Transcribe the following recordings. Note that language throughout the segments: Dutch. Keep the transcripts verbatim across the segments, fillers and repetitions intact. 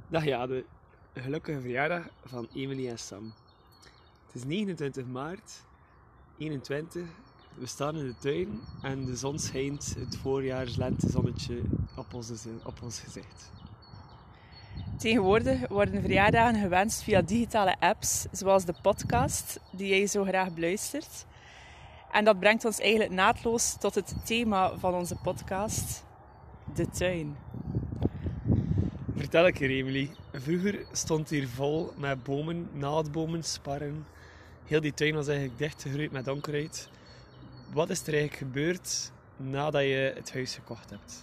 Dag Jade, een gelukkige verjaardag van Emily en Sam. Het is negenentwintig maart, eenentwintig, we staan in de tuin en de zon schijnt het voorjaarslentezonnetje op, onze, op ons gezicht. Tegenwoordig worden verjaardagen gewenst via digitale apps, zoals de podcast, die jij zo graag beluistert. En dat brengt ons eigenlijk naadloos tot het thema van onze podcast, de tuin. Vertel ik er, Emily. Vroeger stond hier vol met bomen, naaldbomen, sparren. Heel die tuin was eigenlijk dichtgegroeid met onkruid. Wat is er eigenlijk gebeurd nadat je het huis gekocht hebt?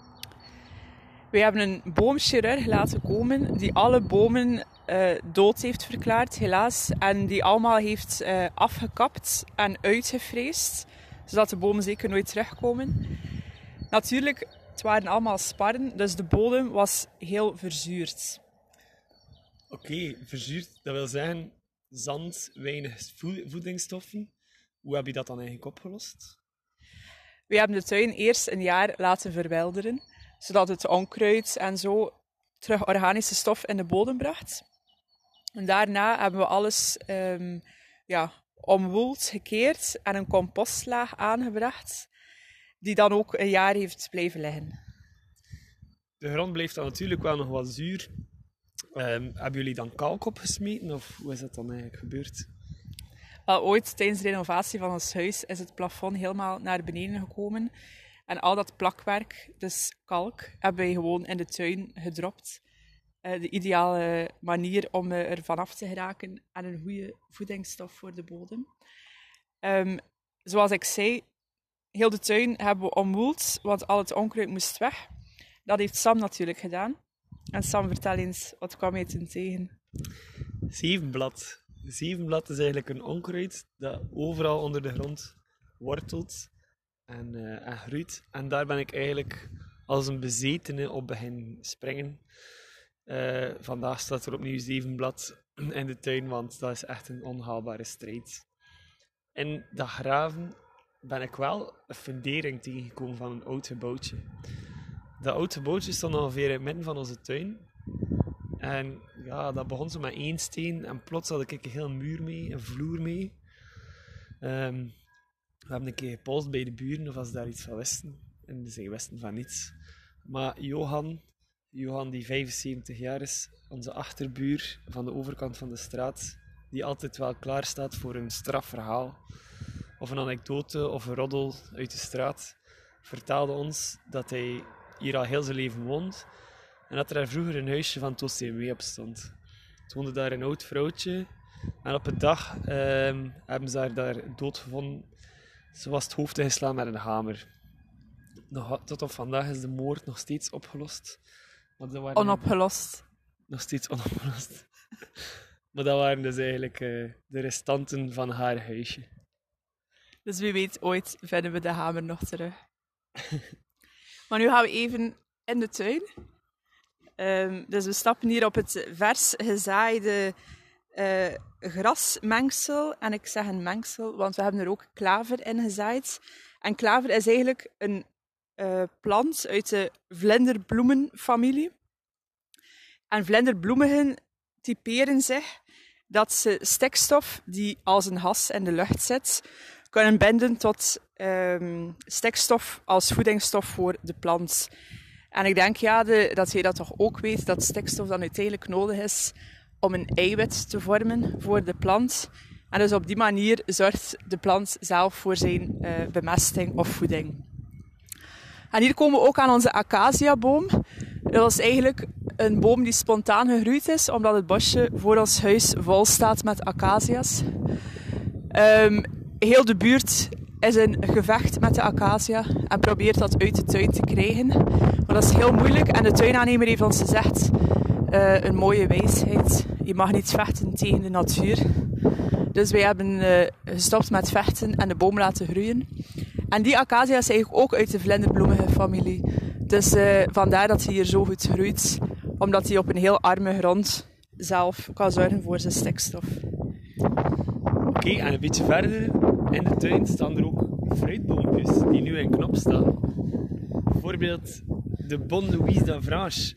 We hebben een boomchirurg laten komen die alle bomen uh, dood heeft verklaard, helaas. En die allemaal heeft uh, afgekapt en uitgevreesd, zodat de bomen zeker nooit terugkomen. Natuurlijk, het waren allemaal sparren, dus de bodem was heel verzuurd. Oké, okay, verzuurd, dat wil zeggen zand, weinig voedingsstoffen. Hoe heb je dat dan eigenlijk opgelost? We hebben de tuin eerst een jaar laten verwilderen, zodat het onkruid en zo terug organische stof in de bodem bracht. En daarna hebben we alles um, ja, omwoeld, gekeerd en een compostlaag aangebracht, die dan ook een jaar heeft blijven liggen. De grond bleef dan natuurlijk wel nog wat zuur. Um, hebben jullie dan kalk opgesmeten of hoe is dat dan eigenlijk gebeurd? Wel, ooit tijdens de renovatie van ons huis is het plafond helemaal naar beneden gekomen. En al dat plakwerk, dus kalk, hebben wij gewoon in de tuin gedropt. Uh, de ideale manier om uh, er vanaf te geraken en een goede voedingsstof voor de bodem. Um, zoals ik zei, heel de tuin hebben we omwoeld, want al het onkruid moest weg. Dat heeft Sam natuurlijk gedaan. En Sam, vertel eens, wat kwam je toen tegen? Zevenblad. Zevenblad is eigenlijk een onkruid dat overal onder de grond wortelt en, uh, en groeit. En daar ben ik eigenlijk als een bezetene op begin springen. Uh, vandaag staat er opnieuw zevenblad in de tuin, want dat is echt een onhaalbare strijd. In dat graven ben ik wel een fundering tegengekomen van een oud gebouwtje. Dat oude gebouwtje stond ongeveer in het midden van onze tuin. En ja, dat begon zo met één steen en plots had ik een hele muur mee, een vloer mee. Um, we hebben een keer gepolst bij de buren of als ze daar iets van wisten. En ze wisten van niets. Maar Johan, Johan die vijfenzeventig jaar is, onze achterbuur van de overkant van de straat, die altijd wel klaar staat voor een strafverhaal of een anekdote of een roddel uit de straat, vertelde ons dat hij hier al heel zijn leven woont en dat er daar vroeger een huisje van Tossé op stond. Het woonde daar een oud vrouwtje en op een dag um, hebben ze haar daar dood gevonden. Ze was het hoofd ingeslaan met een hamer. Nog, tot op vandaag is de moord nog steeds opgelost. Maar dat waren onopgelost. Nog steeds onopgelost. Maar dat waren dus eigenlijk uh, de restanten van haar huisje. Dus wie weet, ooit vinden we de hamer nog terug. Maar nu gaan we even in de tuin. Um, dus we stappen hier op het vers gezaaide uh, grasmengsel. En ik zeg een mengsel, want we hebben er ook klaver in gezaaid. En klaver is eigenlijk een uh, plant uit de vlinderbloemenfamilie. En vlinderbloemigen typeren zich dat ze stikstof die als een has in de lucht zit, kunnen binden tot um, stikstof als voedingsstof voor de plant. En ik denk, ja, de, dat je dat toch ook weet, dat stikstof dan uiteindelijk nodig is om een eiwit te vormen voor de plant. En dus op die manier zorgt de plant zelf voor zijn uh, bemesting of voeding. En hier komen we ook aan onze acaciaboom. Dat is eigenlijk een boom die spontaan gegroeid is, omdat het bosje voor ons huis vol staat met acacia's. Um, heel de buurt is in gevecht met de acacia en probeert dat uit de tuin te krijgen. Maar dat is heel moeilijk en de tuinaannemer heeft ons gezegd, uh, een mooie wijsheid, je mag niet vechten tegen de natuur. Dus wij hebben uh, gestopt met vechten en de boom laten groeien. En die acacia is eigenlijk ook uit de vlinderbloemige familie. Dus uh, vandaar dat hij hier zo goed groeit, omdat hij op een heel arme grond zelf kan zorgen voor zijn stikstof. Oké, okay, en een beetje verder in de tuin staan er ook fruitboompjes die nu in knop staan. Bijvoorbeeld de Bonne Louise d'Avranches, een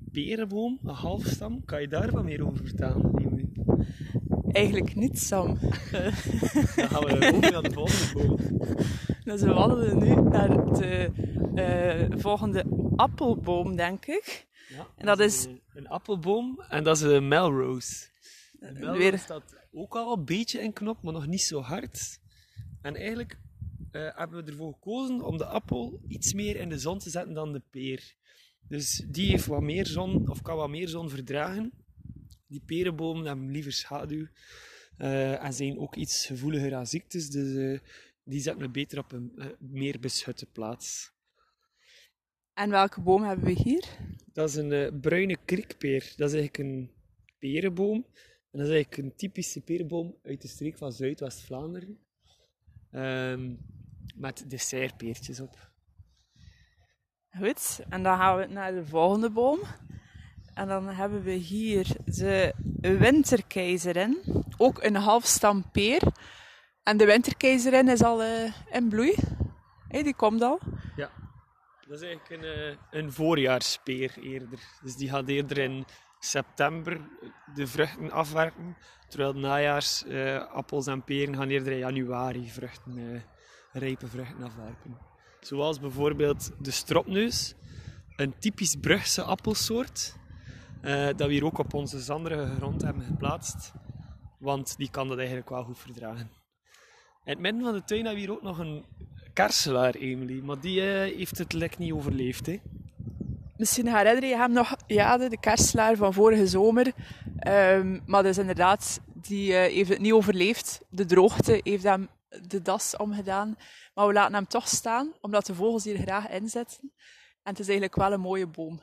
perenboom, een halfstam. Kan je daar wat meer over vertellen, Emily? Eigenlijk niet, Sam. Dan gaan we over naar de volgende boom. Dus we wandelen nu naar de uh, volgende appelboom, denk ik. Ja, en dat is... Een, een appelboom en dat is een Melrose. De Melrose Weer... staat ook al een beetje in knop, maar nog niet zo hard. En eigenlijk uh, hebben we ervoor gekozen om de appel iets meer in de zon te zetten dan de peer. Dus die heeft wat meer zon, of kan wat meer zon verdragen. Die perenbomen hebben liever schaduw uh, en zijn ook iets gevoeliger aan ziektes. Dus uh, die zetten we beter op een uh, meer beschutte plaats. En welke boom hebben we hier? Dat is een uh, bruine kriekpeer. Dat is eigenlijk een perenboom. En dat is eigenlijk een typische perenboom uit de streek van Zuidwest-Vlaanderen. Um, met dessertpeertjes op. Goed, en dan gaan we naar de volgende boom. En dan hebben we hier de winterkeizerin. Ook een halfstam peer. En de winterkeizerin is al uh, in bloei. Hey, die komt al. Ja, dat is eigenlijk een, uh, een voorjaarspeer eerder. Dus die gaat eerder in september de vruchten afwerpen. Terwijl de najaars uh, appels en peren gaan eerder in januari vruchten, uh, rijpe vruchten afwerpen. Zoals bijvoorbeeld de stropneus. Een typisch Brugse appelsoort. Uh, dat we hier ook op onze zanderige grond hebben geplaatst. Want die kan dat eigenlijk wel goed verdragen. In het midden van de tuin hebben we hier ook nog een karselaar, Emily. Maar die uh, heeft het lek niet overleefd. Hè? Misschien herinner je hem nog, ja, de karselaar van vorige zomer. Um, maar dus inderdaad, die uh, heeft het niet overleefd. De droogte heeft hem de das omgedaan. Maar we laten hem toch staan, omdat de vogels hier graag inzitten. En het is eigenlijk wel een mooie boom.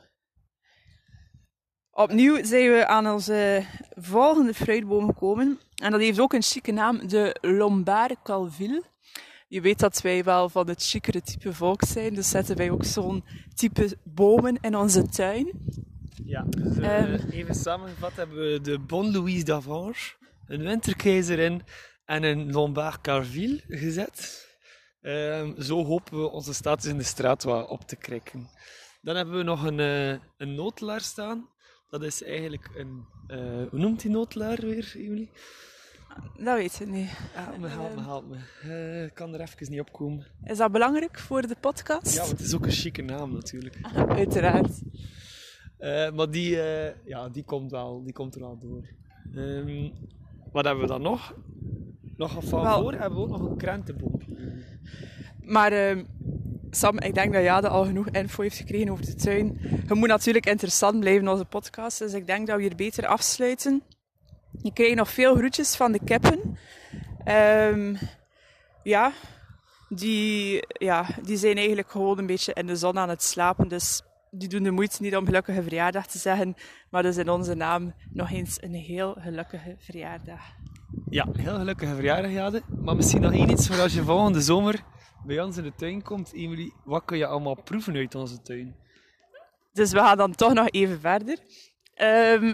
Opnieuw zijn we aan onze volgende fruitboom gekomen. En dat heeft ook een chique naam, de Lombard Calville. Je weet dat wij wel van het chicere type volk zijn, dus zetten wij ook zo'n type bomen in onze tuin. Ja, dus uh, um, even samengevat hebben we de Bonne Louise d'Avange, een winterkeizerin en een Lombard Calville gezet. Um, zo hopen we onze status in de straat wat op te krikken. Dan hebben we nog een, uh, een notelaar staan. Dat is eigenlijk een... Uh, hoe noemt die notelaar weer, Emily? Dat weet ik niet. Help me, help me, help me. Uh, ik kan er even niet op komen. Is dat belangrijk voor de podcast? Ja, want het is ook een chique naam natuurlijk. Uiteraard. Uh, maar die, uh, ja, die, komt wel, die komt er wel door. Um, wat hebben we dan nog? Nog van wel, voor hebben we ook nog een krentenboompje. Maar... Uh, Sam, ik denk dat Jade al genoeg info heeft gekregen over de tuin. Het moet natuurlijk interessant blijven, onze podcast. Dus ik denk dat we hier beter afsluiten. Je krijgt nog veel groetjes van de kippen. Um, ja, die, ja, die zijn eigenlijk gewoon een beetje in de zon aan het slapen. Dus die doen de moeite niet om gelukkige verjaardag te zeggen. Maar dus in onze naam nog eens een heel gelukkige verjaardag. Ja, heel gelukkige verjaardag, Jade. Maar misschien nog één iets voor als je volgende zomer bij ons in de tuin komt, Emily. Wat kun je allemaal proeven uit onze tuin? Dus we gaan dan toch nog even verder. Um,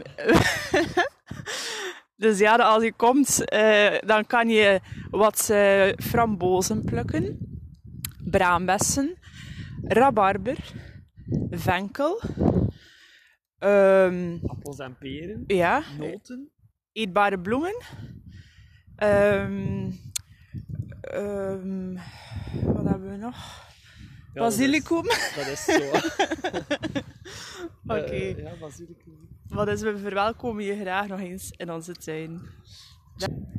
dus ja, als je komt, uh, dan kan je wat uh, frambozen plukken, braambessen, rabarber, venkel, um, appels en peren, ja, noten, eetbare bloemen, um, um, wat hebben we nog? Ja, basilicum. Dat is, dat is zo. Oké. Okay. Uh, ja, basilicum. Maar dus we verwelkomen je graag nog eens in onze tuin.